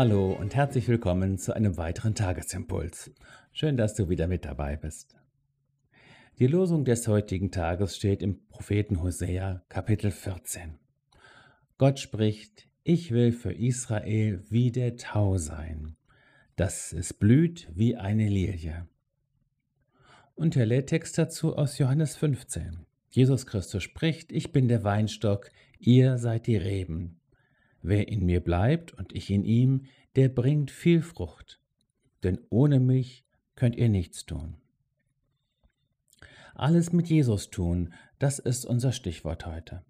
Hallo und herzlich willkommen zu einem weiteren Tagesimpuls. Schön, dass du wieder mit dabei bist. Die Losung des heutigen Tages steht im Propheten Hosea, Kapitel 14. Gott spricht: Ich will für Israel wie der Tau sein, dass es blüht wie eine Lilie. Und der Lehrtext dazu aus Johannes 15. Jesus Christus spricht: Ich bin der Weinstock, ihr seid die Reben. Wer in mir bleibt und ich in ihm, der bringt viel Frucht, denn ohne mich könnt ihr nichts tun. Alles mit Jesus tun, das ist unser Stichwort heute.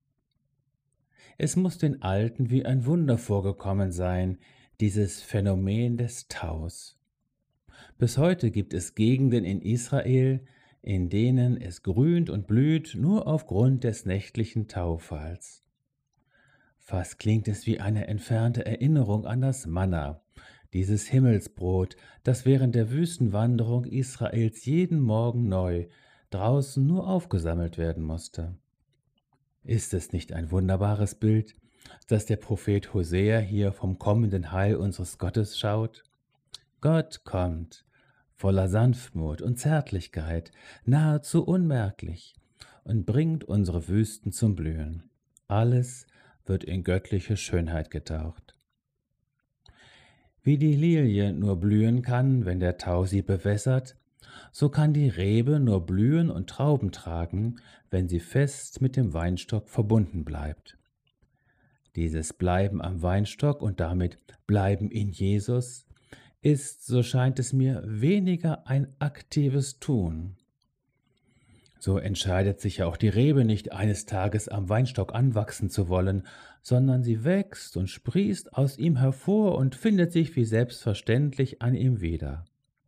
Es muss den Alten wie ein Wunder vorgekommen sein, dieses Phänomen des Taus. Bis heute gibt es Gegenden in Israel, in denen es grünt und blüht nur aufgrund des nächtlichen Taufalls. Fast klingt es wie eine entfernte Erinnerung an das Manna, dieses Himmelsbrot, das während der Wüstenwanderung Israels jeden Morgen neu draußen nur aufgesammelt werden musste. Ist es nicht ein wunderbares Bild, dass der Prophet Hosea hier vom kommenden Heil unseres Gottes schaut? Gott kommt, voller Sanftmut und Zärtlichkeit, nahezu unmerklich, und bringt unsere Wüsten zum Blühen. Alles wird in göttliche Schönheit getaucht. Wie die Lilie nur blühen kann, wenn der Tau sie bewässert, so kann die Rebe nur blühen und Trauben tragen, wenn sie fest mit dem Weinstock verbunden bleibt. Dieses Bleiben am Weinstock und damit Bleiben in Jesus ist, so scheint es mir, weniger ein aktives Tun. So entscheidet sich ja auch die Rebe nicht, eines Tages am Weinstock anwachsen zu wollen, sondern sie wächst und sprießt aus ihm hervor und findet sich wie selbstverständlich an ihm wieder.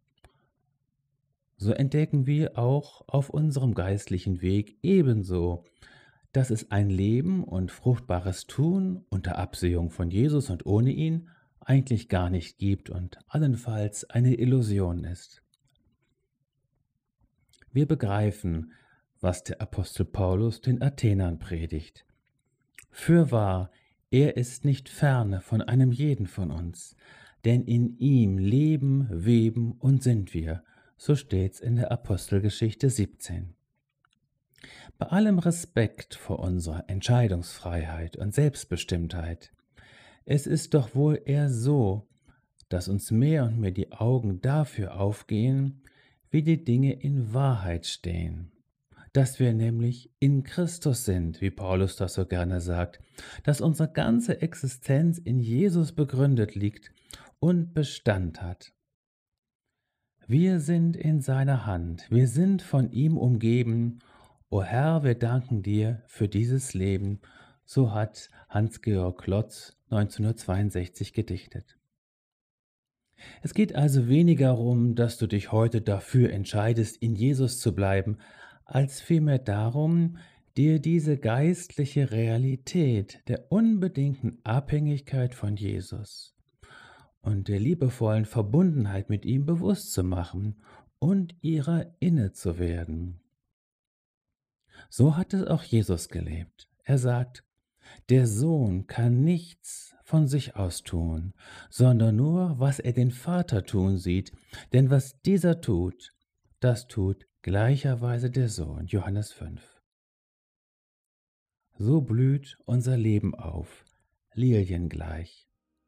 So entdecken wir auch auf unserem geistlichen Weg ebenso, dass es ein Leben und fruchtbares Tun unter Absehung von Jesus und ohne ihn eigentlich gar nicht gibt und allenfalls eine Illusion ist. Wir begreifen, was der Apostel Paulus den Athenern predigt. Fürwahr, er ist nicht ferne von einem jeden von uns, denn in ihm leben, weben und sind wir, so steht's in der Apostelgeschichte 17. Bei allem Respekt vor unserer Entscheidungsfreiheit und Selbstbestimmtheit, es ist doch wohl eher so, dass uns mehr und mehr die Augen dafür aufgehen, wie die Dinge in Wahrheit stehen. Dass wir nämlich in Christus sind, wie Paulus das so gerne sagt, dass unsere ganze Existenz in Jesus begründet liegt und Bestand hat. Wir sind in seiner Hand, wir sind von ihm umgeben. O Herr, wir danken dir für dieses Leben, so hat Hans-Georg Klotz 1962 gedichtet. Es geht also weniger darum, dass du dich heute dafür entscheidest, in Jesus zu bleiben, als vielmehr darum, dir diese geistliche Realität der unbedingten Abhängigkeit von Jesus und der liebevollen Verbundenheit mit ihm bewusst zu machen und ihrer inne zu werden. So hat es auch Jesus gelebt. Er sagt: Der Sohn kann nichts von sich aus tun, sondern nur, was er den Vater tun sieht, denn was dieser tut, das tut gleicherweise der Sohn. Johannes 5. So blüht unser Leben auf, liliengleich.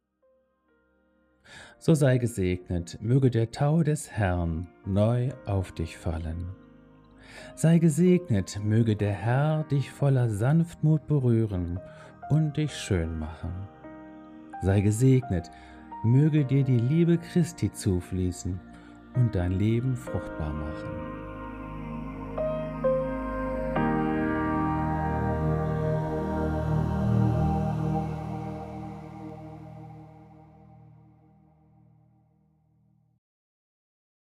So sei gesegnet, möge der Tau des Herrn neu auf dich fallen. Sei gesegnet, möge der Herr dich voller Sanftmut berühren und dich schön machen. Sei gesegnet, möge dir die Liebe Christi zufließen und dein Leben fruchtbar machen.